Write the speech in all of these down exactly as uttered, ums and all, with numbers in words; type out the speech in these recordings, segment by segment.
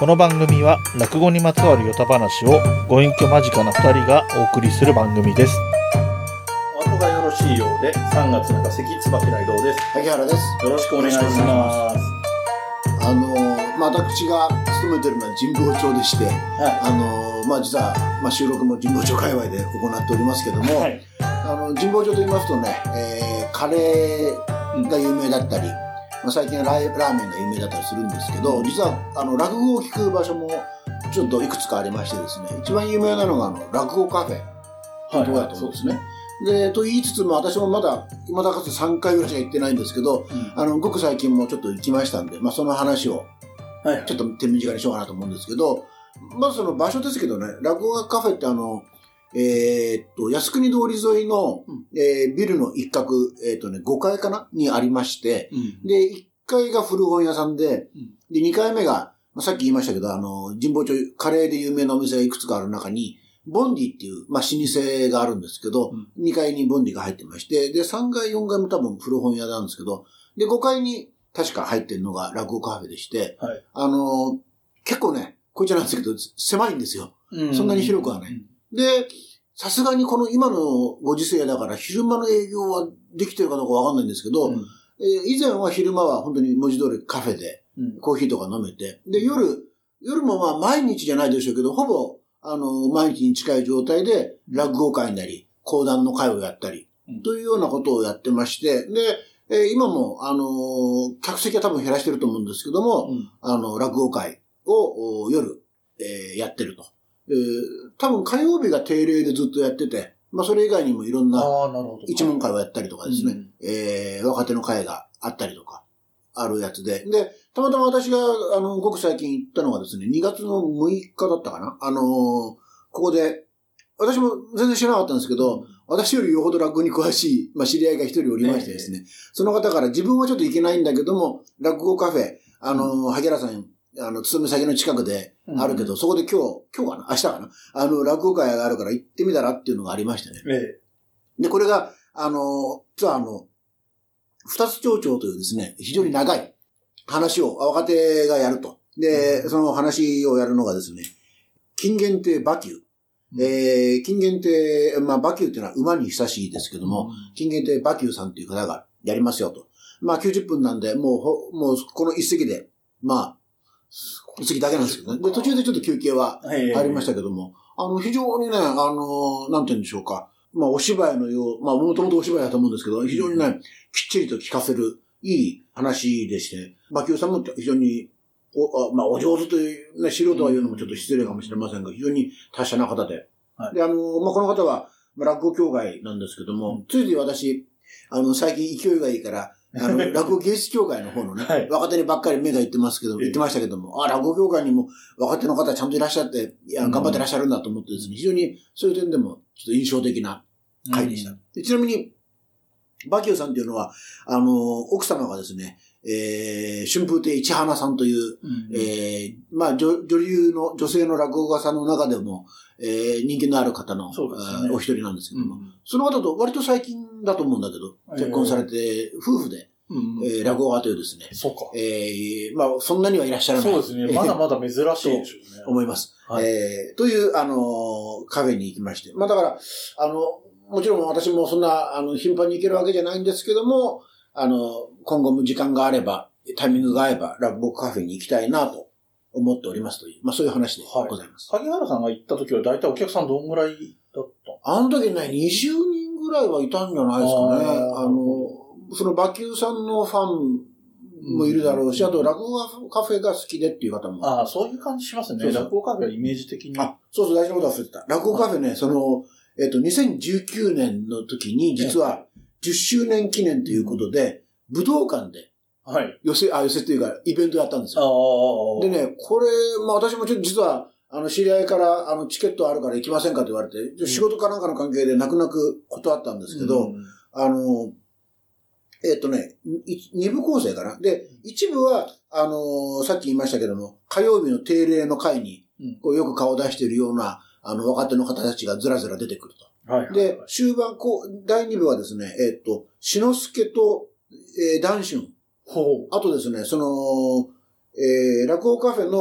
この番組は落語にまつわるヨタ話をご隠居間近なふたりがお送りする番組です。お後がよろしいようでさんがつ中関椿雷堂です。 萩原です。 よろしくお願いします。 あのまあ、私が勤めているのは神保町でして、はい、あのまあ、実は、まあ、収録も神保町界隈で行っておりますけども、はい、あの神保町と言いますとね、えー、カレーが有名だったり、まあ、最近はラーメンが有名だったりするんですけど、実はあの落語を聞く場所もちょっといくつかありましてですね、一番有名なのがあの落語カフェというところだと思うんですね。で、と言いつつも私もまだ、まだかつてさんかいぐらいしか行ってないんですけど、うん、あの、ごく最近もちょっと行きましたんで、まあその話を、ちょっと手短にしようかなと思うんですけど、まずその場所ですけどね、落語カフェってあの、えー、っと、靖国通り沿いの、うん、えー、ビルの一角、えー、っとね、ごかいかなにありまして、うん、で、いっかいが古本屋さんで、うん、で、にかいめが、まあ、さっき言いましたけど、あの、神保町、カレーで有名なお店がいくつかある中に、ボンディっていう、まあ、老舗があるんですけど、うん、にかいにボンディが入ってまして、で、さんがい、よんかいも多分古本屋なんですけど、で、ごかいに確か入ってるのが落語カフェでして、はい、あの、結構ね、こいつなんですけど、狭いんですよ。うん、そんなに広くはない。うん、で、さすがにこの今のご時世だから昼間の営業はできてるかどうかわかんないんですけど、うん、えー、以前は昼間は本当に文字通りカフェでコーヒーとか飲めて、で、夜、夜もまあ毎日じゃないでしょうけど、ほぼあの、毎日に近い状態で、落語会なり、講談の会をやったり、うん、というようなことをやってまして、で、えー、今も、あの、客席は多分減らしてると思うんですけども、うん、あの、落語会を夜、えー、やってると。えー、多分火曜日が定例でずっとやってて、まあそれ以外にもいろんな一門会をやったりとかですね、うん、えー、若手の会があったりとか、あるやつで、で、たまたま私が、あの、ごく最近行ったのがですね、にがつのむいかだったかな。あのー、ここで、私も全然知らなかったんですけど、うん、私よりよほど落語に詳しい、まあ、知り合いが一人おりましてですね、えー、その方から自分はちょっと行けないんだけども、落語カフェ、あのー、うん、萩原さん、あの、勤め先の近くであるけど、うん、そこで今日、今日かな明日かなあの、落語会があるから行ってみたらっていうのがありましてね。えー、で、これが、あの、実はあの、二つ町長というですね、非常に長い、話を若手がやると。で、うん、その話をやるのがですね、金元亭馬球。うん、えー、金元亭、まあ馬球っていうのは馬に久しいですけども、うん、金元亭馬球さんという方がやりますよと。まあきゅうじゅっぷんなんで、もうほ、もうこの一席で、まあ、一席だけなんですけどね。で、途中でちょっと休憩はありましたけども、あの、非常にね、あの、なんて言うんでしょうか。まあお芝居のよう、まあもともとお芝居だと思うんですけど、非常にね、きっちりと聞かせる、いい話でして、馬球さんも非常に、お、まあ、お上手という、ね、素人は言うのもちょっと失礼かもしれませんが、非常に達者な方で。はい、で、あの、まあ、この方は、落語協会なんですけども、うん、ついで私、あの、最近勢いがいいから、あの、落語芸術協会の方のね、はい、若手にばっかり目が言ってますけど、言ってましたけども、あ、落語協会にも若手の方ちゃんといらっしゃって、いや、頑張ってらっしゃるんだと思ってですね、非常にそういう点でも、ちょっと印象的な回でした。うん、でちなみに、馬球さんっていうのは、あの、奥様がですね、えー、春風亭市花さんという、うん、えー、まあ女、女流の、女性の落語家さんの中でも、えー、人気のある方の、ね、お一人なんですけども、うん、その方と割と最近だと思うんだけど、結婚されて、夫婦で、うんえー、落語家というですね、 そうか。 えー、まあ、そんなにはいらっしゃらない。 そうですね。まだまだ珍しいでしょうね。 と思います。はい、えー、という、あの、カフェに行きまして。まあ、だから、あの、もちろん私もそんな、あの、頻繁に行けるわけじゃないんですけども、あの、今後も時間があれば、タイミングが合えば、落語カフェに行きたいなと思っておりますという、まあそういう話でございます。 はい、萩原さんが行った時は大体お客さんどんぐらいだったあの時ね、にじゅうにんぐらいはいたんじゃないですかね。あ, あの、その馬球さんのファンもいるだろうし、うん、あと落語カフェが好きでっていう方も。 ああ、そういう感じしますね。そうそう落語カフェはイメージ的に。 あ、そうそう、大事なこと忘れてた。落語カフェね、その、えっと、にせんじゅうきゅうねんの時に、実はじゅっしゅうねん記念ということで、武道館で、はい。寄せ、あ、寄せっていうか、イベントやったんですよ。でね、これ、まあ私もちょっと実は、あの、知り合いから、あの、チケットあるから行きませんかと言われて、うん、仕事かなんかの関係で泣く泣く断ったんですけど、うん、あの、えっとね、二部構成かな。で、一部は、あの、さっき言いましたけども、火曜日の定例の会に、こうよく顔を出しているような、あの、若手の方たちがずらずら出てくると。はいはいはい、で、終盤、こう、だいに部はですね、えっと、志の輔と、えー、談春。ほう。あとですね、その、えー、落語カフェの、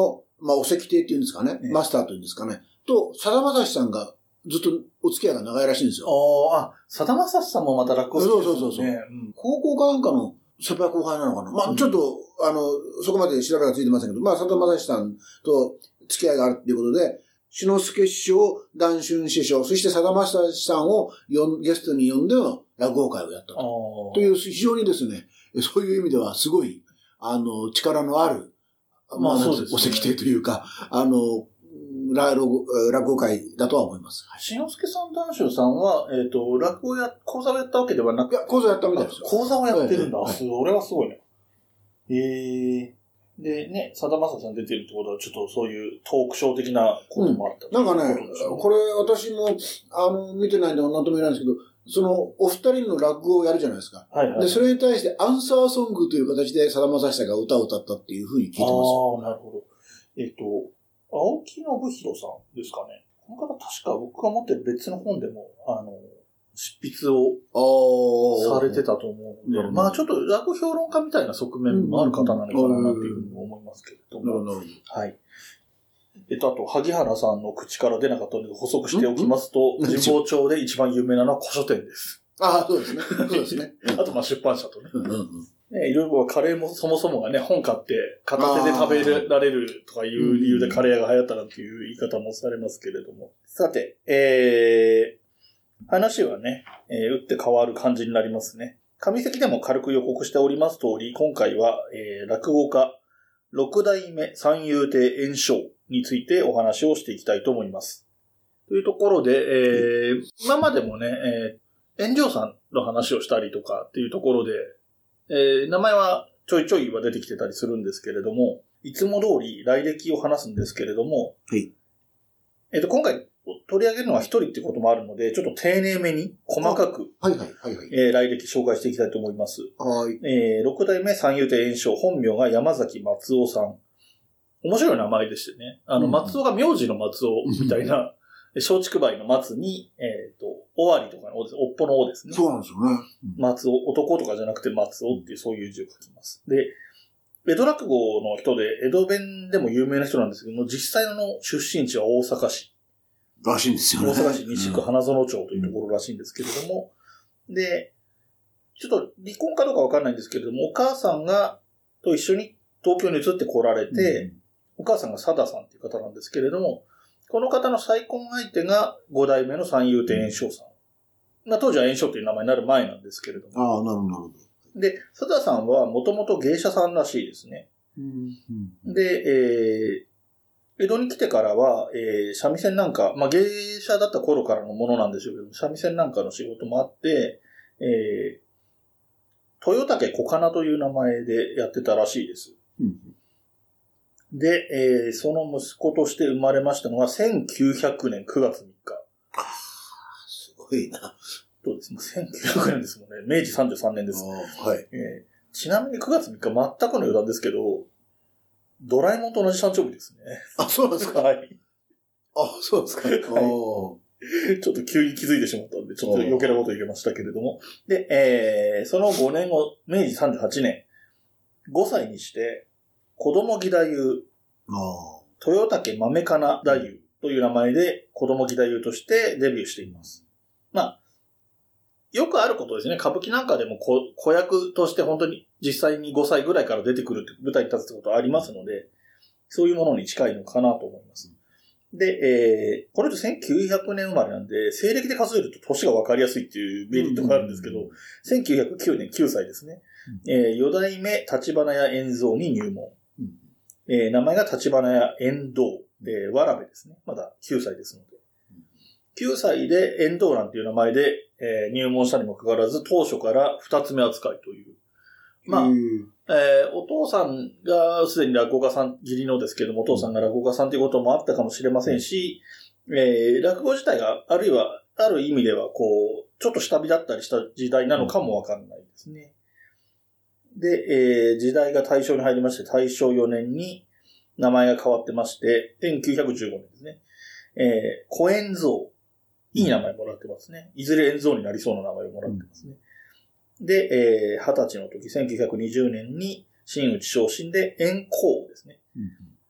まあ、お石亭っていうんですかね、ねマスターというんですかね、と、さだまさしさんがずっとお付き合いが長いらしいんですよ。 ああ、さだまさしさんもまた落語好きですね。 そうそうそうそう、うん。高校かなんかの先輩後輩なのかな。まあ、ちょっと、うん、あの、そこまで調べがついてませんけど、まあ、さだまさしさんと付き合いがあるっていうことで、志の輔師匠、談春師匠、そしてさだまさしさんをゲストに呼んでの落語会をやったと。という、非常にですね、そういう意味ではすごい、あの、力のある、まあ、そうですね、お石亭というか、あの、落語、落語会だとは思います。 志の輔さん、談春さんは、えっ、ー、と、落語や、講座をやったわけではなくて。 いや、講座やったみたいですよ。 講座をやってるんだ。はい、それはすごいね。ええー。でね、さだまさしさん出てるってことは、ちょっとそういうトークショー的なこともあった、 うん、なんかね、これ私も、あの、見てないんで何とも言えないんですけど、その、お二人の落語をやるじゃないですか。はいはい。で、それに対してアンサーソングという形でさだまさしさんが歌を歌ったっていうふうに聞いてますよ。 ああ、なるほど。えっと、青木信弘さんですかね。この方確か僕が持ってる別の本でも、あの、執筆をされてたと思うので、まあちょっと落語評論家みたいな側面もある方なのかなっていうふうに思いますけれども。はい。えっと、あと、萩原さんの口から出なかったので補足しておきますと、神保町で一番有名なのは古書店です。 ああ、そうですね。そうですね。 あと、まあ出版社とね。うんうんうんね、いろいろカレーもそもそもがね、本買って片手で食べられるとかいう理由でカレー屋が流行ったなんていう言い方もされますけれども。さて、えー、話はね、えー、打って変わる感じになりますね。上関でも軽く予告しております通り、今回は、えー、落語家、六代目三遊亭圓生についてお話をしていきたいと思います。というところで、えー、今までもね、えー、圓生さんの話をしたりとかっていうところで、えー、名前はちょいちょいは出てきてたりするんですけれども、いつも通り来歴を話すんですけれども、はい、えっと、今回取り上げるのは一人ってこともあるので、ちょっと丁寧めに細かく、はいはいはいはい、えー、来歴紹介していきたいと思います。はい。えー、六代目三遊亭圓生、本名が山崎松尾さん。面白い名前でしてね。あの、うん、松尾が名字の松尾みたいな、松竹梅の松に、えっ、ー、と、尾張とかの尾です。おっぽの尾ですね。 そうなんですよね。 松尾、男とかじゃなくて松尾っていうそういう字を書きます。で、江戸落語の人で、江戸弁でも有名な人なんですけども、実際の出身地は大阪市。 らしいんですよね。 大阪市西区花園町というところらしいんですけれども、うん、で、ちょっと離婚かどうかわかんないんですけれども、お母さんが、と一緒に東京に移って来られて、うん、お母さんが佐田さんっていう方なんですけれども、この方の再婚相手が五代目の三遊亭圓生さん。まあ、当時は圓生という名前になる前なんですけれども。 ああ、なるほど、なるほど。で、佐田さんはもともと芸者さんらしいですね。うんうん、で、えー、江戸に来てからは、えー、三味線なんか、まあ、芸者だった頃からのものなんでしょうけど、三味線なんかの仕事もあって、えー、豊竹小金という名前でやってたらしいです。うんで、えー、その息子として生まれましたのがせんきゅうひゃくねんくがつみっか。 すごいな。 そうですね。せんきゅうひゃくねんですもんね。めいじさんじゅうさんねんです。はい、えー。ちなみにくがつみっか、全くの余談ですけど、ドラえもんと同じ誕生日ですね。 あ、そうなんですか。はい。あ、そうですか。はい。ちょっと急に気づいてしまったんで、ちょっと余計なこと言いましたけれども。で、えー、そのごねんご、めいじさんじゅうはちねん、ごさいにして、子供義太夫、豊竹豆かな太夫という名前で子供義太夫としてデビューしています。まあ、よくあることですね。歌舞伎なんかでも 子, 子役として本当に実際にごさいぐらいから出てくるって舞台に立つってことはありますので、そういうものに近いのかなと思います。で、えー、これとせんきゅうひゃくねん生まれなんで、西暦で数えると年が分かりやすいっていうメリットがあるんですけど、せんきゅうひゃくきゅうねんきゅうさいですね。うんえー、四代目立花屋円蔵に入門。うんえー、名前が立花屋円蔵、えー、わらべですね。まだきゅうさいですので。きゅうさいで円蔵なんていう名前で、えー、入門したにもかかわらず、当初から二つ目扱いという。まあ、えー、お父さんがすでに落語家さん、義理のですけども、お父さんが落語家さんということもあったかもしれませんし、えー、落語自体があるいは、ある意味ではこう、ちょっと下火だったりした時代なのかもわかんないですね。で、えー、時代が大正に入りまして、大正よねんに名前が変わってまして、せんきゅうひゃくじゅうごねんですね。えー、小円蔵。いい名前もらってますね。いずれ円蔵になりそうな名前をもらってますね。うん、で、えー、はたちの時、せんきゅうひゃくにじゅうねんに真打ち昇進で円光ですね。うん、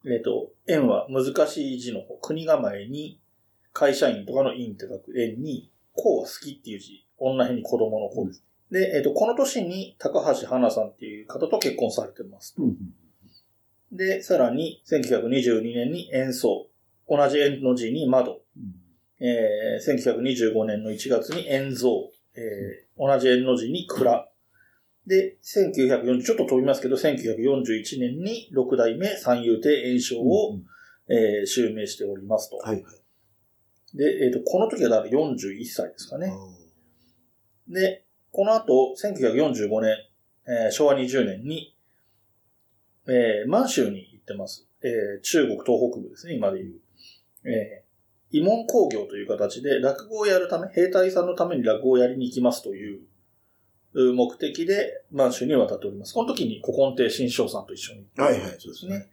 えっ、ー、と、円は難しい字の方、国構えに、会社員とかの員って書く円に、子は好きっていう字、女編に子供の子です。で、えっ、ー、と、この年に高橋花さんっていう方と結婚されてます。うん、で、さらに、せんきゅうひゃくにじゅうにねんに円相、同じ円の字に窓、うんえー、せんきゅうひゃくにじゅうごねんのいちがつに円蔵、えー、同じ円の字に蔵、で、せんきゅうひゃくよんじゅう、ちょっと飛びますけど、せんきゅうひゃくよんじゅういちねんに六代目三遊亭圓生を、うんえー、襲名しておりますと。はいはい、で、えっ、ー、と、この時はだからよんじゅういっさいですかね。で、この後、せんきゅうひゃくよんじゅうごねん、えー、しょうわにじゅうねんに、えー、満州に行ってます。えー、中国東北部ですね、今でいう。えー、慰問興行という形で落語をやるため、兵隊さんのために落語をやりに行きますという目的で満州に渡っております。この時に古今亭新章さんと一緒に行っております。はいはい、そうですね。はい、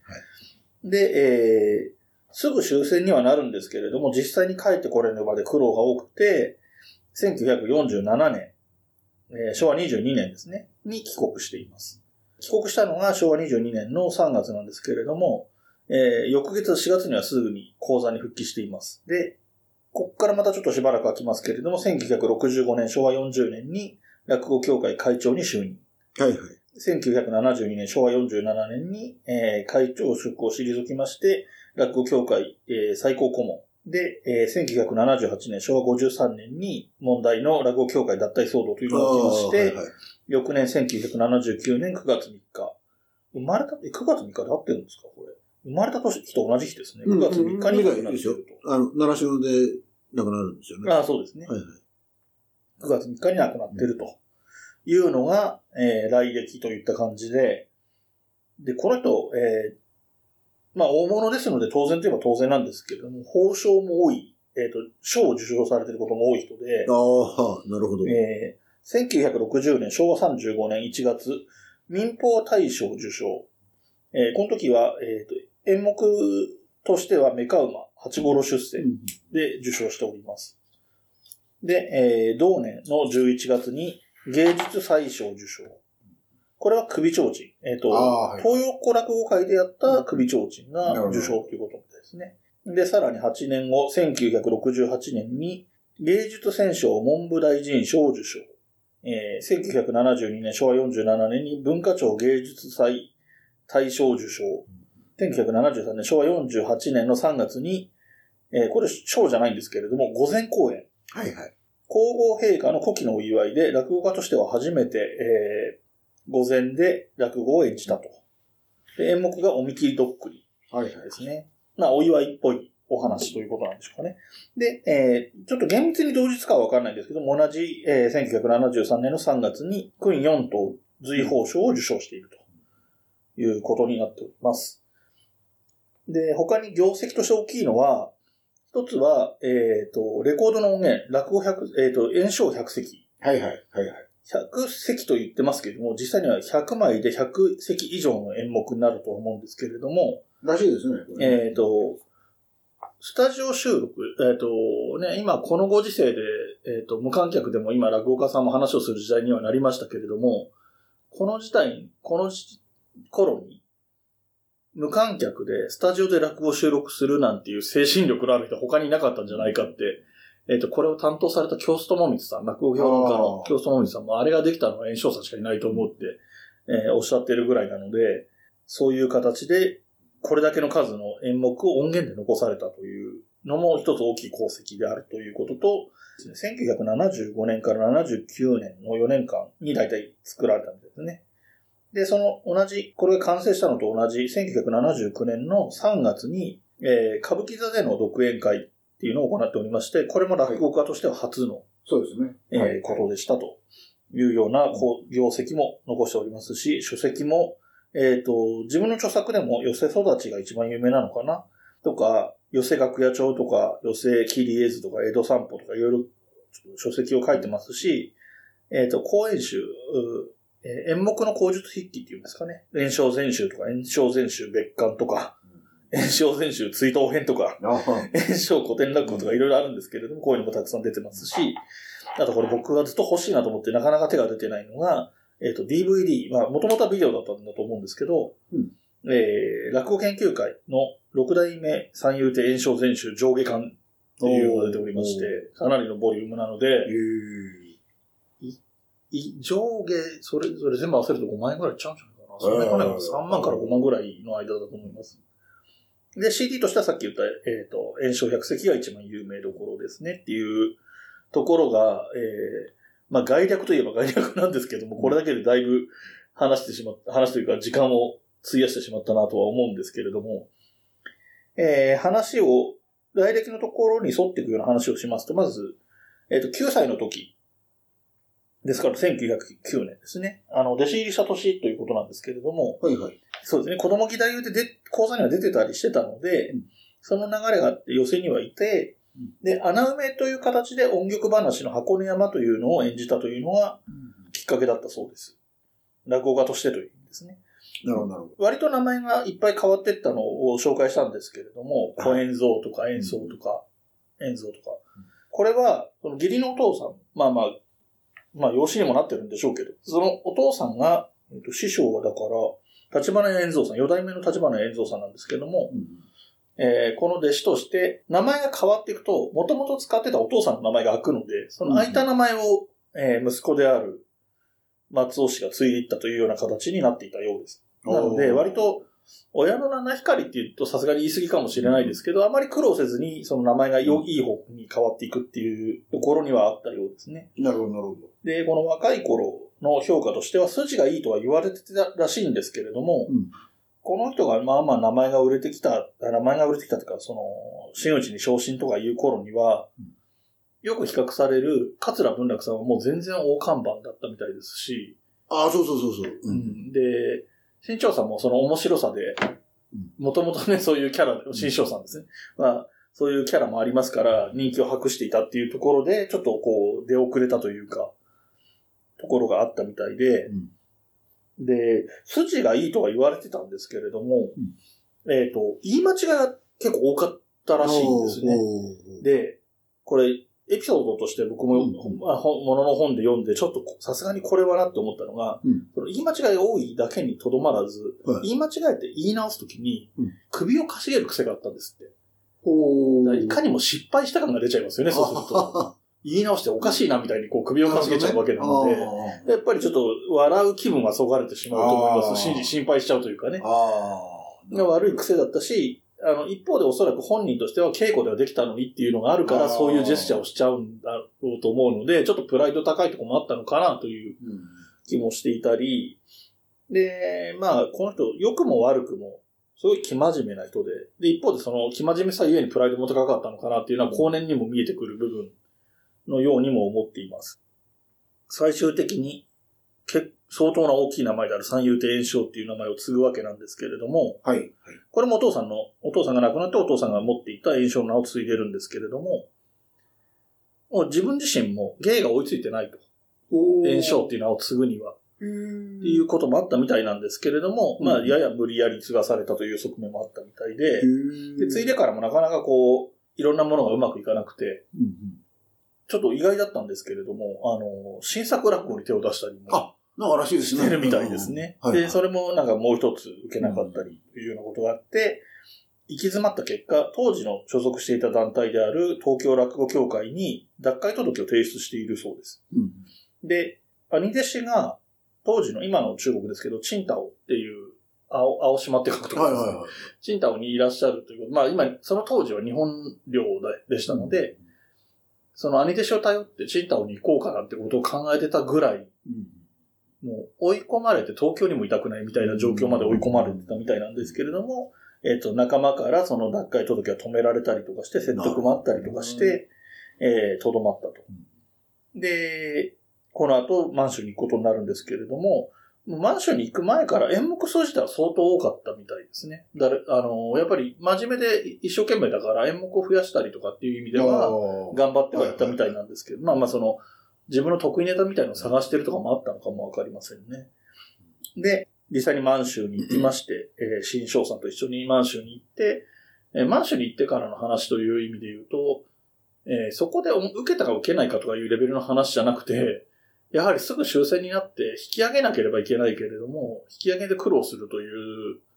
で、えー、すぐ終戦にはなるんですけれども、実際に帰ってこれる場で苦労が多くて、せんきゅうひゃくよんじゅうななねん、えー、しょうわにじゅうにねんですね、に帰国しています。帰国したのがしょうわにじゅうにねんのさんがつなんですけれども、えー、翌月しがつにはすぐに講座に復帰しています。で、ここからまたちょっとしばらく空きますけれども、せんきゅうひゃくろくじゅうごねん、しょうわよんじゅうねんに落語協会会長に就任。はいはい。せんきゅうひゃくななじゅうにねん、しょうわよんじゅうななねんに、えー、会長職を退きまして、落語協会、えー、最高顧問。で、えー、せんきゅうひゃくななじゅうはちねん、しょうわごじゅうさんねんに問題の落語協会脱退騒動というのが起きまして、はいはい、翌年せんきゅうひゃくななじゅうきゅうねんくがつみっか。生まれた、え、くがつみっかで合ってるんですかこれ。生まれた年と同じ日ですね。くがつみっかに亡くなると。 あの、習志野で亡くなるんですよね。 ああ、そうですね。はいはい。くがつみっかに亡くなってるというのが、えー、来歴といった感じで、で、この人、えー、まあ、大物ですので当然といえば当然なんですけれども、褒章も多い、えっ、ー、と、賞を受賞されていることも多い人で、 ああ、なるほど。 えー、せんきゅうひゃくろくじゅうねん、しょうわさんじゅうごねんいちがつ、民放大賞受賞。えー、この時は、えっ、ー、と、演目としてはメカウマ、八五郎出世で受賞しております。で、えー、同年のじゅういちがつに芸術祭賞受賞。これは首提灯。えっ、ー、と、はい、東横落語会でやった首提灯が受賞ということですね。で、さらにはちねんご、せんきゅうひゃくろくじゅうはちねんに芸術選奨文部大臣賞受賞。えー、せんきゅうひゃくななじゅうにねん、しょうわよんじゅうななねんに文化庁芸術祭大賞受賞。せんきゅうひゃくななじゅうさんねん、しょうわよんじゅうはちねんのさんがつに、えー、これ賞じゃないんですけれども、御前公演。はいはい。皇后陛下の古希のお祝いで、落語家としては初めて、えー、御前で落語を演じたと。で、演目がおみきりどっくり。はいはいですね。まあ、お祝いっぽいお話ということなんでしょうかね。で、えー、ちょっと厳密に同日かはわからないんですけども、同じ、えー、せんきゅうひゃくななじゅうさんねんのさんがつに、勲よん等随褒章を受賞しているということになっております。で、他に業績として大きいのは、一つは、えっ、ー、と、レコードの音源、落語ひゃく、えっ、ー、と、演唱ひゃくせき。はいはい、はいはい。ひゃくせきと言ってますけれども、実際にはひゃくまいでひゃくせき以上の演目になると思うんですけれども。 らしいですね。 えっ、ー、と、スタジオ収録、えっ、ー、と、ね、今このご時世で、えっ、ー、と、無観客でも今落語家さんも話をする時代にはなりましたけれども、この時代、この頃に、無観客でスタジオで落語を収録するなんていう精神力のある人は他にいなかったんじゃないかって、えっ、ー、と、これを担当された京須智光さん、落語評論家の京須智光さんもあれができたのは圓生さんしかいないと思って、えー、おっしゃってるぐらいなので、そういう形でこれだけの数の演目を音源で残されたというのも一つ大きい功績であるということと、せんきゅうひゃくななじゅうごねんからななじゅうきゅうねんのよねんかんに大体作られたんですね。で、その同じ、これが完成したのと同じせんきゅうひゃくななじゅうきゅうねんのさんがつに、えー、歌舞伎座での独演会っていうのを行っておりまして、これも落語家としては初の、 そうですね。 えー、はい、ことでしたというような業績も残しておりますし、書籍も、えっと、自分の著作でも寄せ育ちが一番有名なのかなとか、寄せ楽屋帳とか、寄せ切り絵図とか、江戸散歩とかいろいろ書籍を書いてますし、えっと、講演集、えー、演目の口述筆記っていうんですかね。演唱全集とか、演唱全集別館とか、演唱全集追悼編とか、演唱古典落語とかいろいろあるんですけれども、こういうのもたくさん出てますし、あとこれ僕がずっと欲しいなと思ってなかなか手が出てないのが、えっと、ディーブイディー、まあ、もともとはビデオだったんだと思うんですけど、うん、 えー、落語研究会の六代目三遊亭圓生全集上下巻というのが出ておりまして、かなりのボリュームなので、いい上下、それぞれ全部合わせるとごまん円ぐらいいっちゃうんじゃないかな。それかね、さんまんからごまんぐらいの間だと思います。で、シーディー としてはさっき言った、えっと、圓生百席が一番有名どころですねっていうところが、えー、まあ概略といえば概略なんですけども、これだけでだいぶ話してしまった、話というか時間を費やしてしまったなとは思うんですけれども、えー、話を、来歴のところに沿っていくような話をしますと、まず、えっと、きゅうさいの時、ですからせんきゅうひゃくきゅうねんですね。あの、弟子入りした年ということなんですけれども、 はいはい。 そうですね。子供義太夫でで講座には出てたりしてたので、うん、その流れがあって寄席にはいて、うん、で、穴埋めという形で音曲話の箱根山というのを演じたというのがきっかけだったそうです。落語家としてという意味ですね。 なるほど、なるほど。 割と名前がいっぱい変わっていったのを紹介したんですけれども、小円蔵とか円蔵とか、円蔵とか。これは、その義理のお父さん、まあまあ、まあ養子にもなってるんでしょうけど、そのお父さんが、えっと、師匠はだから、立花円蔵さん、四代目の立花円蔵さんなんですけども、うんえー、この弟子として、名前が変わっていくと、もともと使ってたお父さんの名前が開くので、その開いた名前を、えー、息子である松尾氏が継いでいったというような形になっていたようです。なので、割と、親の七光って言うとさすがに言い過ぎかもしれないですけど、あまり苦労せずに、その名前がよ、いい方に変わっていくっていうところにはあったようですね。 なるほど、なるほど。 で、この若い頃の評価としては、筋がいいとは言われてたらしいんですけれども、うん、この人がまあまあ名前が売れてきた、名前が売れてきたというか、その、真打ちに昇進とかいう頃には、うん、よく比較される桂文楽さんはもう全然大看板だったみたいですし、 ああ、そうそうそうそう。 うん、で、新潮さんもその面白さで、もともとね、そういうキャラ、新潮さんですね。まあ、そういうキャラもありますから、人気を博していたっていうところで、ちょっとこう、出遅れたというか、ところがあったみたいで、うん、で、筋がいいとは言われてたんですけれども、うん、えっと、言い間違いが結構多かったらしいんですね。で、これ、エピソードとして僕も、うんまあ、ものの本で読んで、ちょっとさすがにこれはなって思ったのが、うん、その言い間違いが多いだけにとどまらず、はい、言い間違えて言い直すときに、首をかしげる癖があったんですって。うん、いかにも失敗した感が出ちゃいますよね、そうすると。言い直しておかしいなみたいにこう首をかしげちゃうわけなので、ね、やっぱりちょっと笑う気分がそがれてしまうと思いますし、心配しちゃうというかね。が悪い癖だったし、あの、一方でおそらく本人としては稽古ではできたのにっていうのがあるから、そういうジェスチャーをしちゃうんだろうと思うので、ちょっとプライド高いところもあったのかなという気もしていたり、で、まあ、この人、良くも悪くも、すごい生真面目な人で、で、一方でその生真面目さゆえにプライドも高かったのかなっていうのは後年にも見えてくる部分のようにも思っています。最終的に、相当な大きい名前である三遊亭圓生っていう名前を継ぐわけなんですけれども、はいはい、これもお父さんの、お父さんが亡くなってお父さんが持っていた圓生の名を継いでるんですけれども、もう自分自身も芸が追いついてないと。圓生っていう名を継ぐには。っていうこともあったみたいなんですけれども、まあ、やや無理やり継がされたという側面もあったみたいで、で、継いでからもなかなかこう、いろんなものがうまくいかなくて、うんうん、ちょっと意外だったんですけれども、あの、新作落語に手を出したりも。 あなんからしいですね。 してるみたいですね。うんはいはい、で、それもなんかもう一つ受けなかったりというようなことがあって、行き詰まった結果、当時の所属していた団体である東京落語協会に脱会届を提出しているそうです。うん、で、兄弟子が当時の今の中国ですけど、チンタオっていう、青、青島って書くところですね。はいはいはい、チンタオにいらっしゃるということ。まあ今、その当時は日本領でしたので、うん、その兄弟子を頼ってチンタオに行こうかなってことを考えてたぐらい、うんもう追い込まれて東京にもいたくないみたいな状況まで追い込まれてたみたいなんですけれども、えっと、仲間からその脱会届は止められたりとかして、説得もあったりとかして、えー、とどまったと。で、この後、満州に行くことになるんですけれども、満州に行く前から演目数自体は相当多かったみたいですね。だれあの、やっぱり真面目で一生懸命だから演目を増やしたりとかっていう意味では、頑張ってはいったみたいなんですけど、まあまあその、自分の得意ネタみたいなのを探してるとかもあったのかもわかりませんね。で、実際に満州に行きまして、えー、新章さんと一緒に満州に行って、えー、満州に行ってからの話という意味で言うと、えー、そこで受けたか受けないかとかいうレベルの話じゃなくて、やはりすぐ終戦になって引き上げなければいけないけれども、引き上げで苦労するという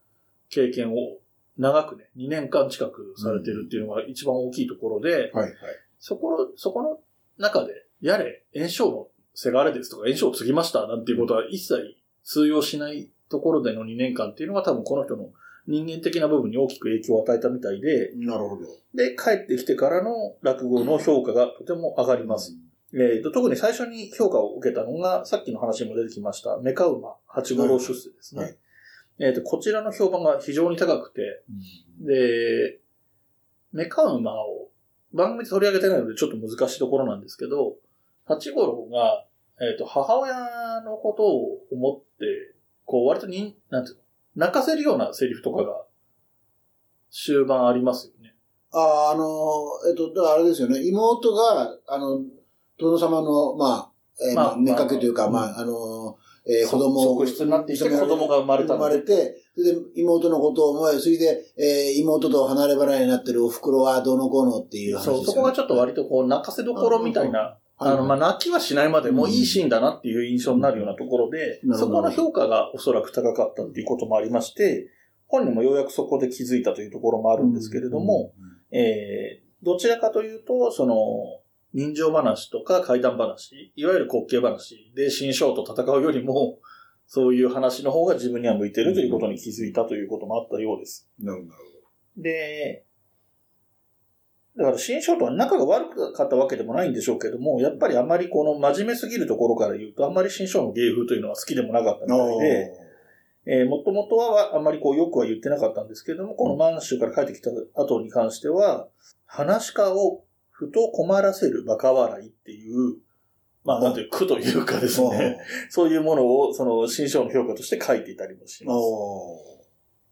経験を長くね、にねんかん近くされてるっていうのが一番大きいところで、 はいはい。 そこ、そこの中で、やれ、炎症のせがれですとか、炎症を継ぎましたなんていうことは一切通用しないところでのにねんかんっていうのが多分この人の人間的な部分に大きく影響を与えたみたいで、 なるほど。 で、帰ってきてからの落語の評価がとても上がります。うん、えーと、特に最初に評価を受けたのが、さっきの話にも出てきました、メカウマ八五郎出世ですね。はいはい、えーと、こちらの評判が非常に高くて、うん、で、メカウマを番組で取り上げてないのでちょっと難しいところなんですけど、八五郎が、えっと、母親のことを思って、こう、割とに、なんていうの、泣かせるようなセリフとかが、終盤ありますよね。 ああ、あの、えっと、だからあれですよね、妹が、あの、殿様の、まあ、えー、まあ、めかけというか、まあ、まあ、あの、えー、子供を。 側室になっていて子供が生まれた生まれて、それで妹のことを思い、それで、えー、妹と離れ離れになってるお袋はどうのこうのっていう話ですよね。 そう、そこがちょっと割とこう、泣かせどころみたいな、あの、まあ、泣きはしないまでもいいシーンだなっていう印象になるようなところで、うん、そこの評価がおそらく高かったっていうこともありまして、本人もようやくそこで気づいたというところもあるんですけれども、うんうん、えー、どちらかというと、その、人情話とか怪談話、いわゆる滑稽話で新章と戦うよりも、そういう話の方が自分には向いているということに気づいたということもあったようです。 なるほど。 で、だから新章とは仲が悪かったわけでもないんでしょうけども、やっぱりあまりこの真面目すぎるところから言うと、あんまり新章の芸風というのは好きでもなかったみたいで、えー、もともとはあんまりこうよくは言ってなかったんですけれども、この満州から帰ってきた後に関しては、話し家をふと困らせる馬鹿笑いっていう、まあなんていう句というかですね、そういうものをその新章の評価として書いていたりもします。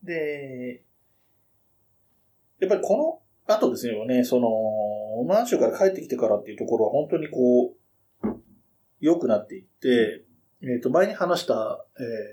で、やっぱりこのあとですね、その、満州から帰ってきてからっていうところは本当にこう、良くなっていって、えっと、前に話した、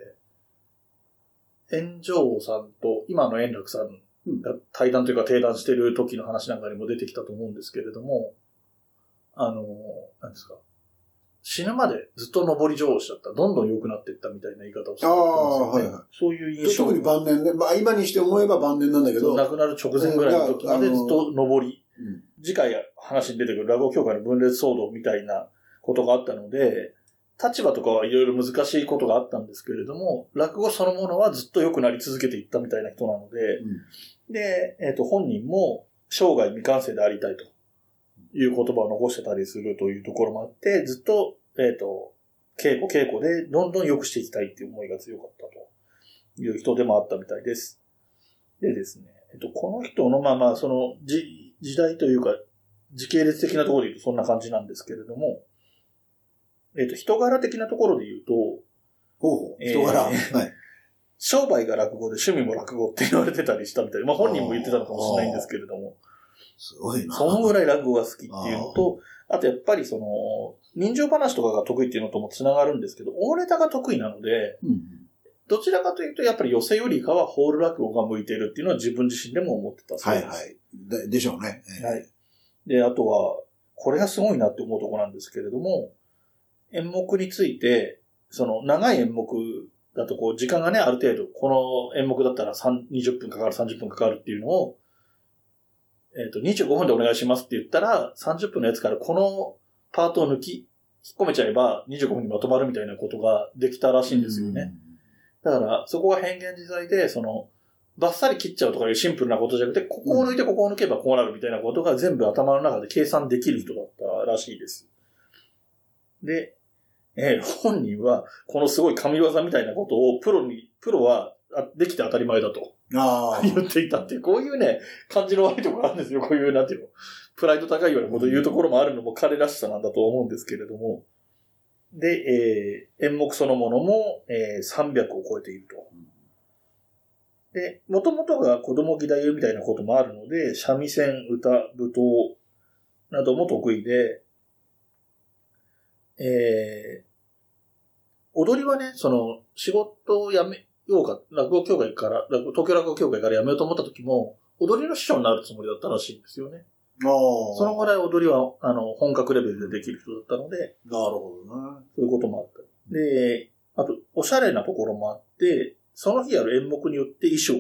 えー、円城さんと今の円楽さんが対談というか定談してる時の話なんかにも出てきたと思うんですけれども、あの、なんですか、死ぬまでずっと上り上司だった。どんどん良くなっていったみたいな言い方をしてますよね。ああ、はいはい。そういう印象。 特に晩年ね。まあ今にして思えば晩年なんだけど。 亡くなる直前ぐらいの時までずっと上り。うん、次回話に出てくる落語協会の分裂騒動みたいなことがあったので、立場とかはいろいろ難しいことがあったんですけれども、落語そのものはずっと良くなり続けていったみたいな人なので、うん、で、えっと、本人も生涯未完成でありたいという言葉を残してたりするというところもあって、ずっと、えっと、稽古稽古でどんどん良くしていきたいっていう思いが強かったという人でもあったみたいです。でですね、えっと、この人のまあまあ、その時、時代というか、時系列的なところで言うとそんな感じなんですけれども、えっと、人柄的なところで言うと、 ほう、人柄、えー、はい。 商売が落語で趣味も落語って言われてたりしたみたいで、まあ本人も言ってたのかもしれないんですけれども、 すごいな。 そのぐらい落語が好きっていうのと、あとやっぱりその、人情話とかが得意っていうのともつながるんですけど、大ネタが得意なので、うん、どちらかというとやっぱり寄せよりかはホール落語が向いているっていうのは自分自身でも思ってたそうです。 はいはい。で、でしょうね。 はい。で、あとは、これがすごいなって思うところなんですけれども、演目について、その長い演目だとこう時間がね、ある程度、この演目だったらにじゅっぷんかかる、さんじゅっぷんかかるっていうのを、えっと、にじゅうごふんでお願いしますって言ったら、さんじゅっぷんのやつからこのパートを抜き、引っ込めちゃえばにじゅうごふんにまとまるみたいなことができたらしいんですよね。だから、そこが変幻自在で、その、バッサリ切っちゃうとかいうシンプルなことじゃなくて、ここを抜いてここを抜けばこうなるみたいなことが全部頭の中で計算できる人だったらしいです。で、えー、本人は、このすごい神業みたいなことをプロに、プロはできて当たり前だと言っていたっていう、こういうね、感じの悪いところがあるんですよ。こういう、なんていうの、プライド高いようなことを言うところもあるのも彼らしさなんだと思うんですけれども、で、えー、演目そのものも、えー、さんびゃくを超えていると。で、もともとが子供義太夫みたいなこともあるので、三味線、歌、舞踏なども得意で、えー、踊りはね、その、仕事を辞めようか、落語協会から、東京落語協会から辞めようと思った時も、踊りの師匠になるつもりだったらしいんですよね。そのぐらい踊りは、あの、本格レベルでできる人だったので、 なるほどね。 そういうこともあった。で、あと、おしゃれなところもあって、その日やる演目によって衣装を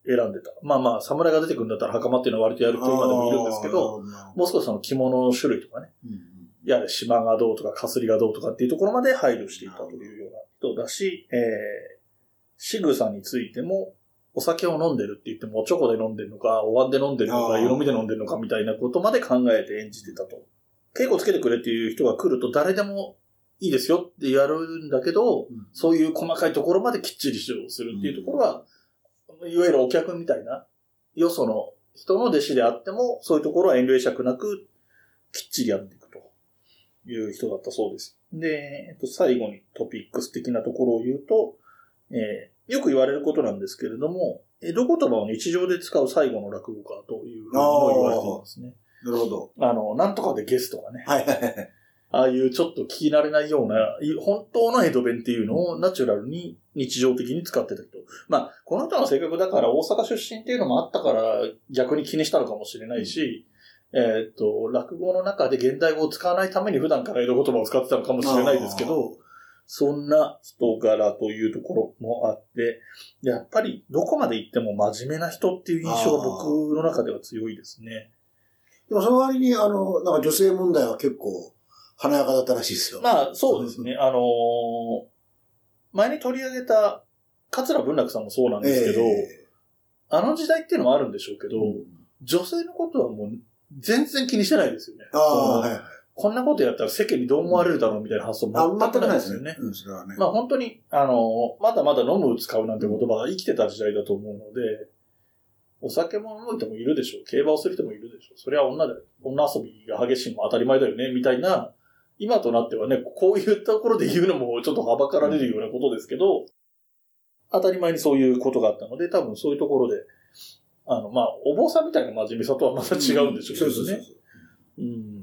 選んでた。まあまあ、侍が出てくるんだったら袴っていうのは割とやる人今でもいるんですけど、もう少しその着物の種類とかね、うん、やれ島がどうとか、かすりがどうとかっていうところまで配慮していたというような人だし、えー、仕草についても、お酒を飲んでるって言っても、おちょこで飲んでるのか、お椀で飲んでるのか、湯飲みで飲んでるのかみたいなことまで考えて演じてたと。稽古つけてくれっていう人が来ると誰でもいいですよってやるんだけど、うん、そういう細かいところまできっちり指導するっていうところは、うん、いわゆるお客みたいな、よその人の弟子であっても、そういうところは遠慮しゃくなく、きっちりやっていくという人だったそうです。で、えっと、最後にトピックス的なところを言うと、えー、よく言われることなんですけれども、江戸言葉を日常で使う最後の落語家というふうにも言われていますね。 なるほど。 あの、なんとかでゲストがね。 はいはいはい。 ああいうちょっと聞き慣れないような、本当の江戸弁っていうのをナチュラルに日常的に使ってた人。まあ、この人の性格だから大阪出身っていうのもあったから逆に気にしたのかもしれないし、うん、えっと、落語の中で現代語を使わないために普段から江戸言葉を使ってたのかもしれないですけど、そんな人柄というところもあって、やっぱりどこまで行っても真面目な人っていう印象が僕の中では強いですね。 でもその割に、あの、なんか女性問題は結構華やかだったらしいですよ。 まあ、そうですね。あのー、前に取り上げた桂文楽さんもそうなんですけど、えー、あの時代っていうのもあるんでしょうけど、うん、女性のことはもう全然気にしてないですよね。 ああ、はいはい。 こんなことやったら世間にどう思われるだろうみたいな発想も全くないですよね。 うん、それはね。 まあ本当に、あの、まだまだ飲む使うなんて言葉が生きてた時代だと思うので、お酒も飲む人もいるでしょう。競馬をする人もいるでしょう。それは女で、女遊びが激しいのも当たり前だよね、みたいな、今となってはね、こういうところで言うのもちょっとはばかられるようなことですけど、当たり前にそういうことがあったので、多分そういうところで、あの、まあ、お坊さんみたいな真面目さとはまた違うんでしょうけどね。うん、そうそうそう。うん。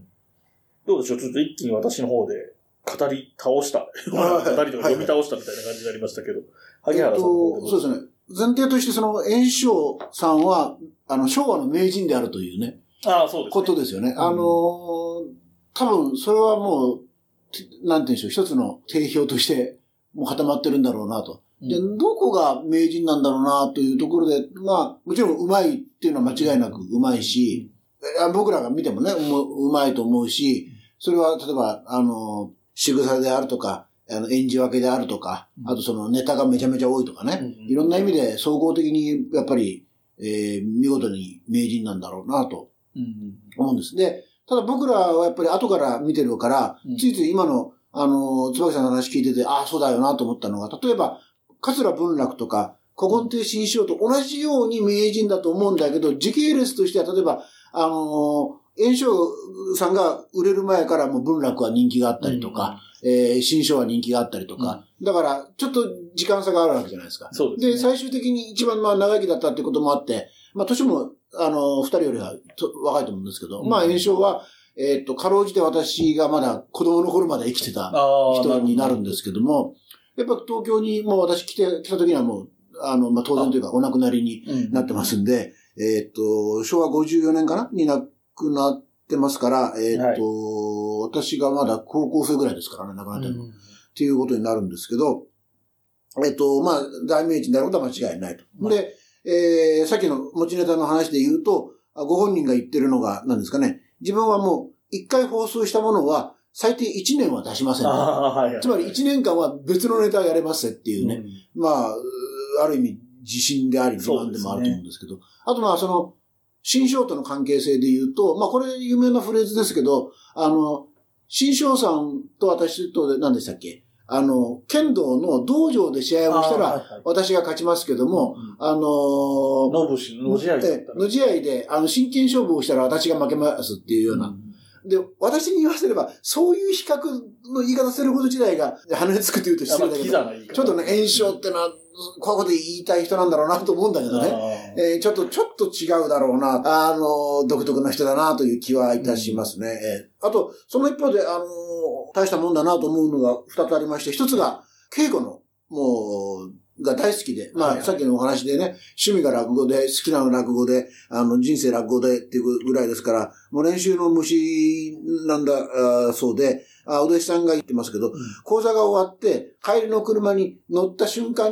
どうでしょう、ちょっと一気に私の方で語り倒した。語りとか読み倒したみたいな感じになりましたけど。萩原さん。えっと、 そうですね。前提としてその、圓生さんは、あの、昭和の名人であるというね。 ああ、そうですね。 ことですよね。うん、あの、多分、それはもう、なんていうんでしょう、一つの定評として、もう固まってるんだろうなと。うん、で、どこが名人なんだろうなというところで、まあ、もちろん上手いっていうのは間違いなく上手いし、僕らが見てもね、うまいと思うし、それは例えば、あの、仕草であるとか、あの、演じ分けであるとか、あとそのネタがめちゃめちゃ多いとかね、うん、いろんな意味で総合的にやっぱり、えー、見事に名人なんだろうなと思うんです。で、ただ僕らはやっぱり後から見てるから、うん、ついつい今の、あの、椿さんの話聞いてて、ああ、そうだよなと思ったのが、例えば、桂文楽とか、古今亭志ん生と同じように名人だと思うんだけど、時系列としては例えば、あのー、圓生さんが売れる前からもう文楽は人気があったりとか、うん、えー、新書は人気があったりとか、うん、だから、ちょっと時間差があるわけじゃないですか。 そうですね。 で、最終的に一番まあ長生きだったってこともあって、まあ年も、あの、二人よりは若いと思うんですけど、うん、まあ圓生は、えっと、かろうじて私がまだ子供の頃まで生きてた人になるんですけども、やっぱ東京にもう私来て、来た時にはもう、あの、まあ当然というかお亡くなりになってますんで、うん、えっと、昭和ごじゅうよねんかなに亡くなってますから、えっと、はい、私がまだ高校生ぐらいですからね、亡くなってるの。うん、っていうことになるんですけど、えっと、まあ、大名人であることは間違いないと。うん、で、えー、さっきの持ちネタの話で言うと、ご本人が言ってるのが何ですかね、自分はもう一回放送したものは最低いちねんは出しません、ね。はいはい、つまりいちねんかんは別のネタやれますっていうね。うん、まあ、ある意味自信であり、自慢でもあると思うんですけど。ね、あとまあその、新章との関係性で言うと、まあこれ有名なフレーズですけど、あの、新章さんと私と何でしたっけ、あの、剣道の道場で試合をしたら、私が勝ちますけども、あ,、はいはい、あのー、 のぶし、の試合で。 の試合で、あの、真剣勝負をしたら私が負けますっていうような。うん、で、私に言わせれば、そういう比較の言い方すること自体が、鼻につくと言うと失礼だけど、ちょっとね、炎症ってのは、こういうこと言いたい人なんだろうなと思うんだけどね。えー、ちょっと、ちょっと違うだろうな。あの、独特な人だなという気はいたしますね。うん、えー、あと、その一方で、あの、大したもんだなと思うのが二つありまして、一つが、稽古の、もう、が大好きで、まあ、はいはい、さっきのお話でね、趣味が落語で、好きな落語で、あの、人生落語でっていうぐらいですから、もう練習の虫なんだ、あそうで、あ、お弟子さんが言ってますけど、うん、講座が終わって、帰りの車に乗った瞬間に、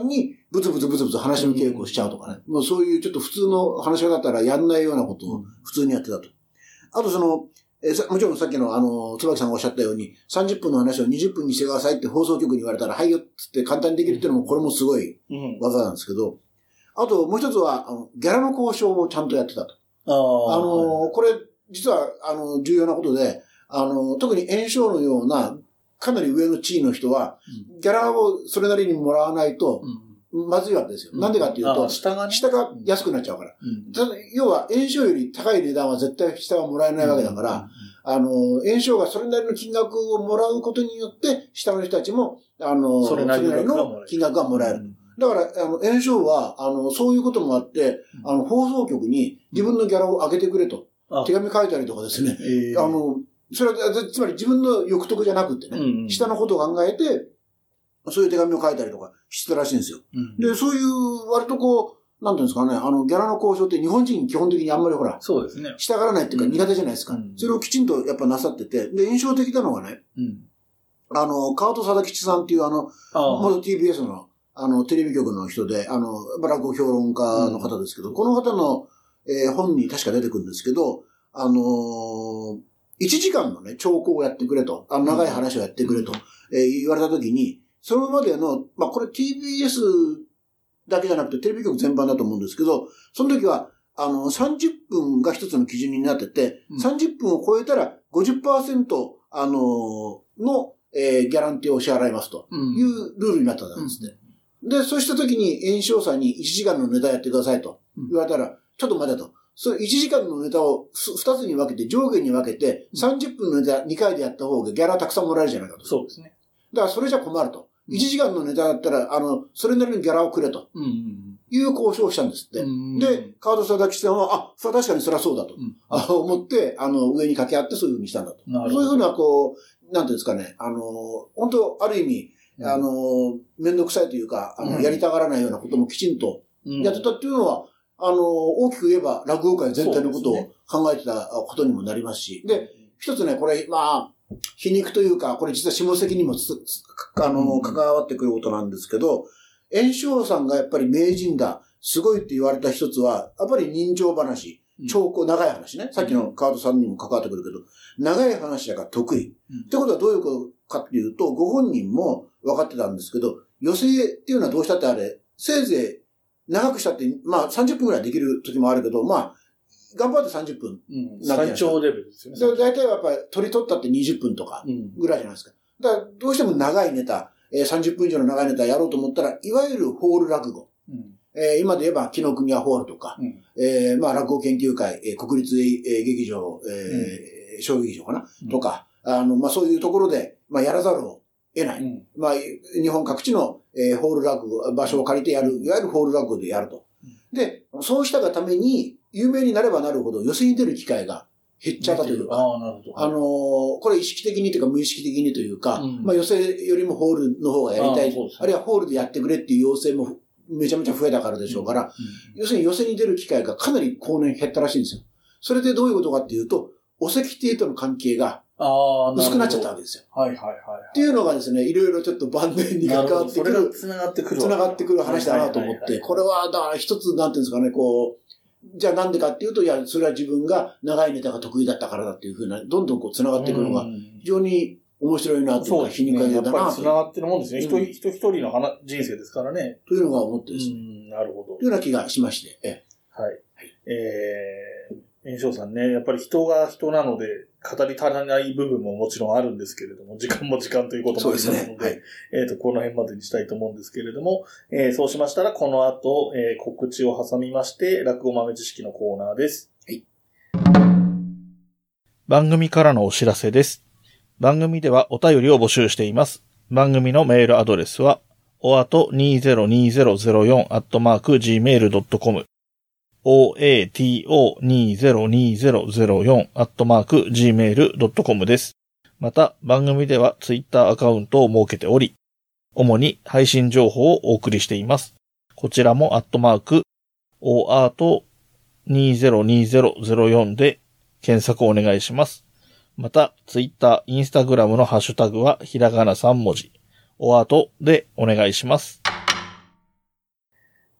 ブツブツブツブツ話の稽古をしちゃうとかね。もうそういうちょっと普通の話し方だったらやんないようなことを普通にやってたと。あとその、えー、もちろんさっきのあの、椿さんがおっしゃったように、さんじゅっぷんの話をにじゅっぷんにしてくださいって放送局に言われたら、はいよって簡単にできるっていうのも、これもすごい技なんですけど、あともう一つは、あの、ギャラの交渉をちゃんとやってたと。あ, あの、これ、実は、あの、重要なことで、あの、特に炎症のような、かなり上の地位の人は、ギャラをそれなりにもらわないと、まずいわけですよ。なんでかっていうと、下が、ね、下が安くなっちゃうから。うん、ただ要は、炎症より高い値段は絶対下はもらえないわけだから、うん、あの、炎症がそれなりの金額をもらうことによって、下の人たちも、あの、それなりの金額がもらえる。うん、だから、あの、炎症は、あの、そういうこともあって、あの、放送局に自分のギャラを上げてくれと、うん、手紙書いたりとかですね。えー、あの、それは、つまり自分の欲得じゃなくてね、うんうん、下のことを考えて、そういう手紙を書いたりとかしてたらしいんですよ。うん、で、そういう割とこう、なんていうんですかね、あの、ギャラの交渉って日本人基本的にあんまりほら、 そうですね。 従らないっていうか苦手じゃないですか。うん、それをきちんとやっぱなさってて、で、印象的なのがね、うん、あの、川戸貞吉さんっていうあの、元 ティービーエス の、あの、テレビ局の人で、あの、落語評論家の方ですけど、うん、この方の、えー、本に確か出てくるんですけど、あのー、いちじかんのね、長考をやってくれと、あの長い話をやってくれと、うん、えー、言われたときに、そのまでの、まあ、これ ティービーエス だけじゃなくてテレビ局全般だと思うんですけど、その時は、あの、さんじゅっぷんが一つの基準になってて、うん、さんじゅっぷんを超えたら ごじゅっパーセント、あの、の、えー、ギャランティーを支払いますというルールになったんですね。うん、で、そうした時に炎症さんにいちじかんのネタやってくださいと言われたら、ちょっと待てと。それいちじかんのネタをふたつに分けて、上下に分けて、さんじゅっぷんのネタにかいでやった方がギャラたくさんもらえるじゃないかと。 そうですね。 だからそれじゃ困ると。いちじかんのネタだったら、あの、それなりにギャラをくれと。いう交渉をしたんですって。うんうん、で、川戸貞吉さんは、あ、それは確かにそれはそうだと。うん、あ思って、あの、上に掛け合ってそういうふうにしたんだと。そういうふうな、こう、なんていうんですかね、あの、本当ある意味、うん、あの、めんどくさいというか、あの、うん、やりたがらないようなこともきちんとやってたっていうのは、あの、大きく言えば落語界全体のことを考えてたことにもなりますし、で、ね、一つね、これ、まあ、皮肉というか、これ実は下関にもつつあの、関わってくることなんですけど、炎症さんがやっぱり名人だ、すごいって言われた一つは、やっぱり人情話、長考、長い話ね。さっきの川戸さんにも関わってくるけど、長い話だから得意。うん、ってことはどういうことかっていうと、ご本人も分かってたんですけど、寄席っていうのはどうしたってあれ、せいぜい長くしたって、まあさんじゅっぷんくらいできる時もあるけど、まあ、頑張ってさんじゅっぷん。 うん、最長レベルですよね。 だいたいやっぱり取り取ったってにじゅっぷんとかぐらいじゃないですか。だからどうしても長いネタ、えー、さんじゅっぷん以上の長いネタやろうと思ったら、いわゆるホール落語。うんえー、今で言えば、紀ノ国屋ホールとか、うん、えー、まあ落語研究会、えー、国立、えー、劇場、えーうん、小劇場かな、うん、とか、あの、まあそういうところで、まあやらざるを得ない。うん、まあ、日本各地の、えー、ホール落語、場所を借りてやる、いわゆるホール落語でやると。うん、で、そうしたがために、有名になればなるほど、寄席に出る機会が減っちゃったというか、 ああ、なるほど。 あのー、これ意識的にというか無意識的にというか、うん、まあ寄席よりもホールの方がやりたい、あ, あるいはホールでやってくれっていう要請もめちゃめちゃ増えたからでしょうから、うんうん、要するに寄席に出る機会がかなり後年減ったらしいんですよ。それでどういうことかっていうと、お席亭との関係が薄くなっちゃったわけですよ。 はいはいはい、はい。 っていうのがですね、いろいろちょっと晩年に関わってくる、 繋がってくる。 繋がってくる話だなと思って、これはだから一つなんていうんですかね、こう、じゃあなんでかっていうと、いや、それは自分が長いネタが得意だったからだっていうふうな、どんどんこう繋がってくるのが、非常に面白いなというか、皮肉だなと。 やっぱり繋がってるもんですね。人、うん、人一人の話人生ですからね。 というのが思ってですね。 うん、なるほど。 というような気がしまして。えはい。はい、えー、炎症さんね、やっぱり人が人なので、語り足らない部分ももちろんあるんですけれども、時間も時間ということもありますので、そうですね。はい、えっと、この辺までにしたいと思うんですけれども、えー、そうしましたら、この後、えー、告知を挟みまして、落語豆知識のコーナーです。はい。番組からのお知らせです。番組ではお便りを募集しています。番組のメールアドレスは、オアトにせんにじゅうゼロよん アットマーク ジーメール ドットコム オーエーティーオーにせんにじゅうゼロよん アットマーク ジーメール ドットコム です。また、番組ではツイッターアカウントを設けており、主に配信情報をお送りしています。こちらもアットマーク、オーアートにせんにじゅうゼロよんで検索をお願いします。また、ツイッター、インスタグラムのハッシュタグはひらがなさん文字、オアートでお願いします。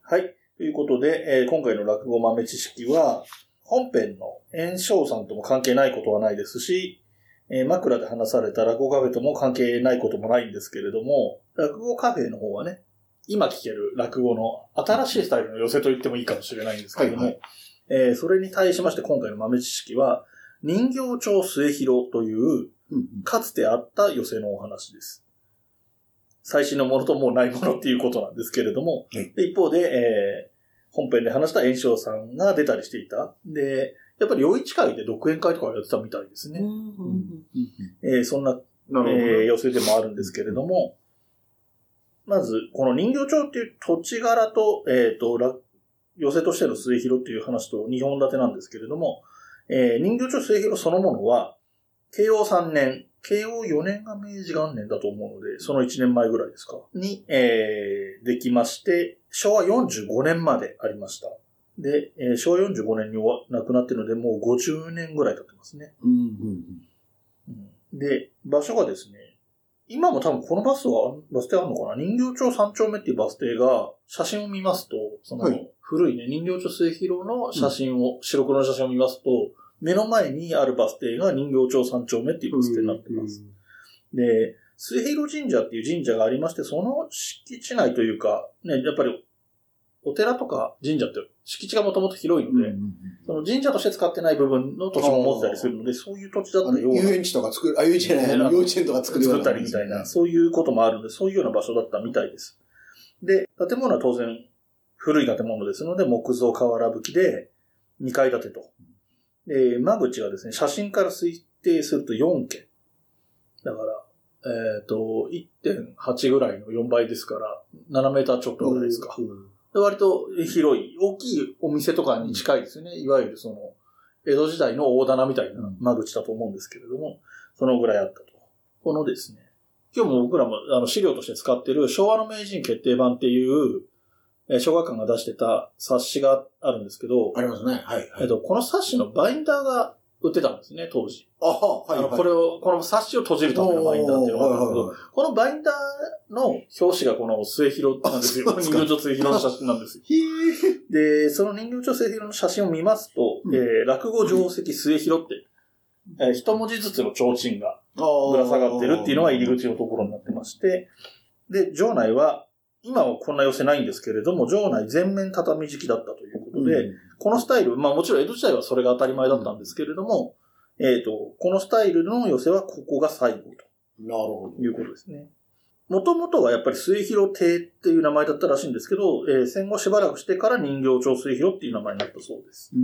はい。ということで、えー、今回の落語豆知識は、本編の円生さんとも関係ないことはないですし、えー、枕で話された落語カフェとも関係ないこともないんですけれども、落語カフェの方はね、今聞ける落語の新しいスタイルの寄せと言ってもいいかもしれないんですけれども、はいはい、えー、それに対しまして今回の豆知識は、人形町末広という、かつてあった寄せのお話です。最新のものともうないものっていうことなんですけれども、はい、で一方で、えー、本編で話した円生さんが出たりしていた。で、やっぱり余市会で独演会とかをやってたみたいですね。えー、そんな、えー、寄せでもあるんですけれども、まず、この人形町っていう土地柄と、えっと、寄せとしての末広っていう話とにほん立てなんですけれども、えー、人形町末広そのものは、慶応さんねん、慶応よねんが明治元年だと思うので、そのいちねんまえぐらいですかに、えー、できまして、昭和よんじゅうごねんまでありました。で、えー、昭和よんじゅうごねんに亡くなっているので、もうごじゅうねんぐらい経ってますね。うんうんうん、で、場所がですね、今も多分このバスは、バス停あるのかな？人形町さん丁目っていうバス停が、写真を見ますと、その、古いね、人形町末広の写真を、うん、白黒の写真を見ますと、目の前にあるバス停が人形町さん丁目っていうバス停になっています。で、末広神社っていう神社がありまして、その敷地内というか、ね、やっぱり、お寺とか神社って敷地がもともと広いので、うんうんうん、その神社として使ってない部分の土地も持ってたりするので、そういう土地だったような。 遊園地とか作る、あ、遊園地じゃない、幼稚園とか作るような。 作ったりみたいな、そういうこともあるので、そういうような場所だったみたいです。で、建物は当然古い建物ですので、木造瓦葺きでにかい建てと。で、間口はですね、写真から推定するとよんけん。だから、えっと、いってんはち ぐらいのよんばいですから、ななメーターちょっとぐらいですか。で割と広い、大きいお店とかに近いですよね。いわゆるその、江戸時代の大棚みたいな間口だと思うんですけれども、そのぐらいあったと。このですね、今日も僕らもあの資料として使っている昭和の名人決定版っていう、小学館が出してた冊子があるんですけど、 ありますね。はい、はい。 えっと、この冊子のバインダーが売ってたんですね、当時。 あは、はい、はい。 あの、これを、この冊子を閉じるためのバインダーっていうのがあったんですけど、このバインダーの表紙がこの末広なんですよ。人形町末広の写真なんですよ。で、その人形町末広の写真を見ますと、うん、えー、落語定石末広って、えー、一文字ずつの提灯がぶら下がってるっていうのが入り口のところになってまして、で、場内は、今はこんな寄せないんですけれども、場内全面畳敷きだったということで、うん、このスタイル、まあもちろん江戸時代はそれが当たり前だったんですけれども、うん、えっと、このスタイルの寄せはここが最後と。 なるほど。 いうことですね。もともとはやっぱり末広亭っていう名前だったらしいんですけど、えー、戦後しばらくしてから人形町末広っていう名前になったそうです。うんうん、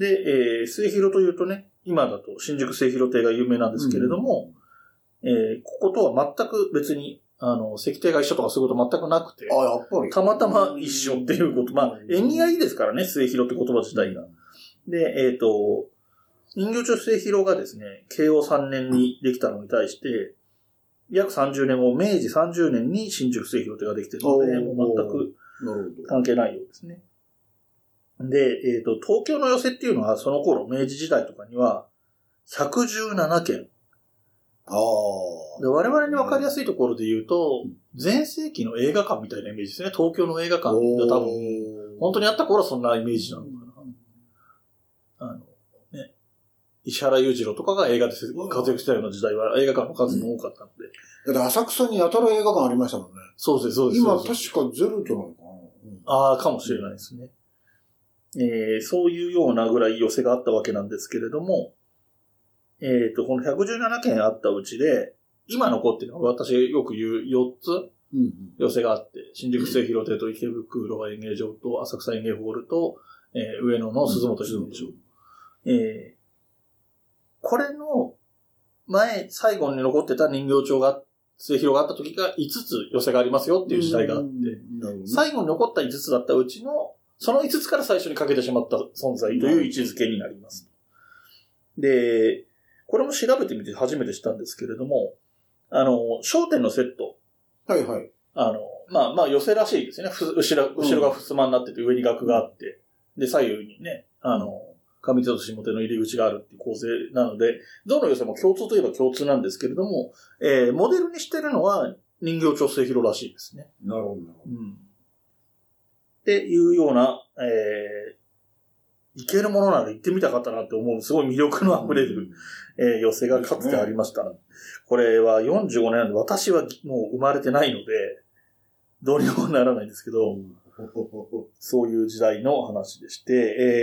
で、えー、末広というとね、今だと新宿末広亭が有名なんですけれども、うんえー、こことは全く別にあの、石庭が一緒とかそういうこと全くなくて。 あ、やっぱり。 たまたま一緒っていうこと。まあ、縁起がいいですからね、末広って言葉自体が。で、えっと、人形町末広がですね、慶応さんねんにできたのに対して、約さんじゅうねんご、明治さんじゅうねんに新宿末広ってができているので、もう全く関係ないようですね。で、えっと、東京の寄席っていうのは、その頃、明治時代とかには、ひゃくじゅうななけん。 ああ。 で我々に分かりやすいところで言うと、前世紀の映画館みたいなイメージですね。東京の映画館が多分、本当にあった頃はそんなイメージなのかな。あの、ね。石原裕次郎とかが映画で活躍したような時代は映画館の数も多かったので。 だって浅草にやたら映画館ありましたもんね。 そうです、そうです。 今確かゼロじゃないかな。 うん、ああ、かもしれないですね。えー、そういうようなぐらい寄せがあったわけなんですけれども、えっと、このひゃくじゅうななけんあったうちで、今残ってるのは私よく言うよっつ寄せがあって、新宿末広亭と池袋演芸場と浅草演芸ホールと、えー、上野の鈴本演芸場。えー、これの前、最後に残ってた人形町が、末広があった時がいつつ寄せがありますよっていう時代があって、最後に残ったいつつだったうちの、そのいつつから最初にかけてしまった存在という位置づけになります。で、これも調べてみて初めて知ったんですけれども、あの、商店のセット。 はいはい。 あの、まあまあ寄せらしいですね。後ろ、後ろが襖になってて上に額があって、で、左右にね、あの、上手と下手の入り口があるっていう構成なので、どの寄せも共通といえば共通なんですけれども、えー、モデルにしてるのは人形町末広らしいですね。 なるほど。 うん。 っていうような、えー、行けるものなら行ってみたかったなって思う、すごい魅力の溢れる、うん、えー、寄席がかつてありました。ね、これはよんじゅうごねんなんで、私はもう生まれてないので、どうにもならないんですけど、うん、そういう時代の話でして、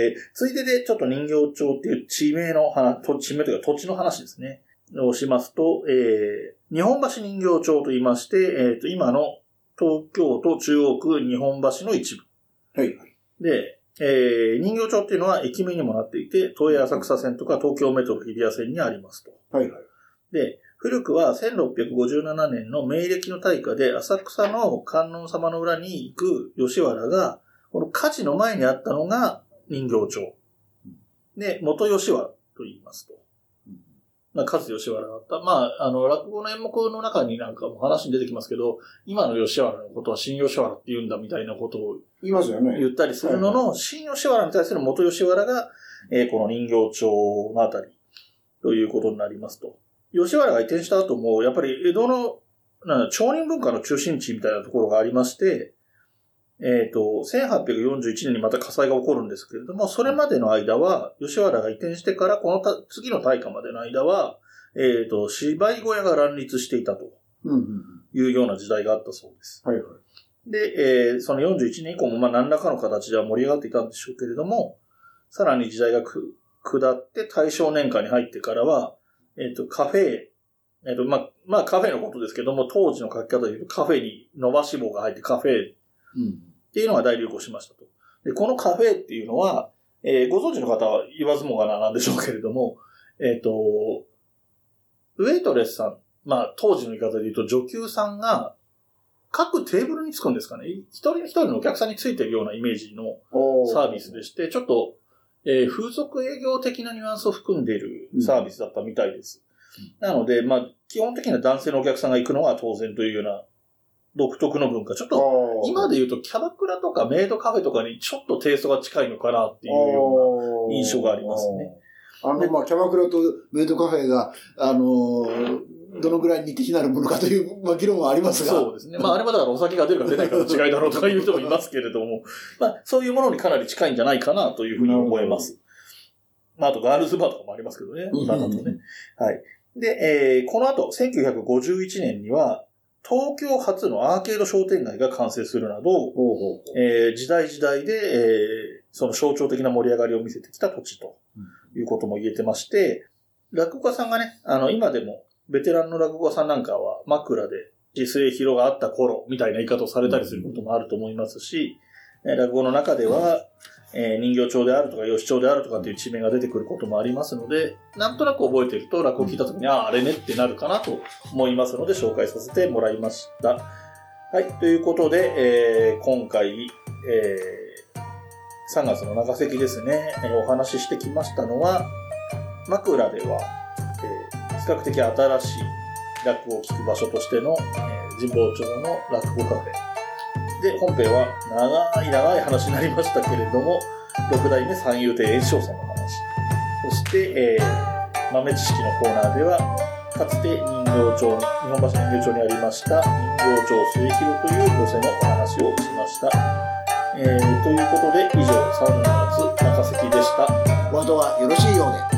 えー、ついででちょっと人形町っていう地名の話、地名というか土地の話ですね。をしますと、えー、日本橋人形町と言いまして、えーと、今の東京都中央区日本橋の一部。 はい。 で、えー、人形町っていうのは駅名にもなっていて、都営浅草線とか東京メトロ日比谷線にありますと。 はいはい。 で、古くはせんろっぴゃくごじゅうななねんの明暦の大火で浅草の観音様の裏に行く吉原が、この火事の前にあったのが人形町。で、元吉原と言いますと。まあ、かつて吉原があった。まあ、あの、落語の演目の中になんかも話に出てきますけど、今の吉原のことは新吉原って言うんだみたいなことを言いますよね。 言ったりするのの、新吉原に対する元吉原が、えー、この人形町のあたりということになりますと。吉原が移転した後も、やっぱり江戸のなんだ町人文化の中心地みたいなところがありまして、えっと、せんはっぴゃくよんじゅういちねんにまた火災が起こるんですけれども、それまでの間は、吉原が移転してから、このた次の大火までの間は、えっと、芝居小屋が乱立していたというような時代があったそうです。 はいはい。 で、えー、そのよんじゅういちねん以降も、まあ、何らかの形では盛り上がっていたんでしょうけれども、さらに時代がく下って大正年間に入ってからは、えっと、カフェ、えっと、まあ、まあ、カフェのことですけども、当時の書き方で言うと、カフェに伸ばし棒が入ってカフェ、っていうのが大流行しましたと。で、このカフェっていうのは、えー、ご存知の方は言わずもがななんでしょうけれども、えっと、ウェイトレスさん、まあ当時の言い方で言うと女給さんが各テーブルにつくんですかね。一人一人のお客さんについてるようなイメージのサービスでして、ちょっと、えー、風俗営業的なニュアンスを含んでいるサービスだったみたいです。うん、なので、まあ基本的には男性のお客さんが行くのは当然というような独特の文化。ちょっと、今で言うとキャバクラとかメイドカフェとかにちょっとテイストが近いのかなっていうような印象がありますね。 あの、まあ、キャバクラとメイドカフェが、あのー、どのぐらい似て非なるものかという、まあ、議論はありますが。 そうですね。まあ、あれはだからお酒が出るか出ないかの違いだろうとかいう人もいますけれども、まあ、そういうものにかなり近いんじゃないかなというふうに思います。まあ、あとガールズバーとかもありますけどね。今だとね。はい。で、えー、この後、せんきゅうひゃくごじゅういちねんには、東京初のアーケード商店街が完成するなど、おうおうえー、時代時代で、えー、その象徴的な盛り上がりを見せてきた土地ということも言えてまして、落語家さんがね、あの、今でも、ベテランの落語家さんなんかは枕で自末広があった頃みたいな言い方をされたりすることもあると思いますし、落語の中では、えー、人形町であるとか吉町であるとかっていう地名が出てくることもありますので、なんとなく覚えていると落語を聞いたときに、ああ、あれねってなるかなと思いますので紹介させてもらいました。はい、ということで、えー、今回、えー、さんがつの長関ですね、えー、お話ししてきましたのは、枕では、えー、比較的新しい落語を聞く場所としての、えー、神保町の落語カフェ。で、本編は長い長い話になりましたけれども、六代目三遊亭圓生さんの話。そして、えー、豆知識のコーナーでは、かつて人形町に、日本橋人形町にありました人形町末広という寄席のお話をしました。えー、ということで、以上さんがつ中関でした。 お後はよろしいようで。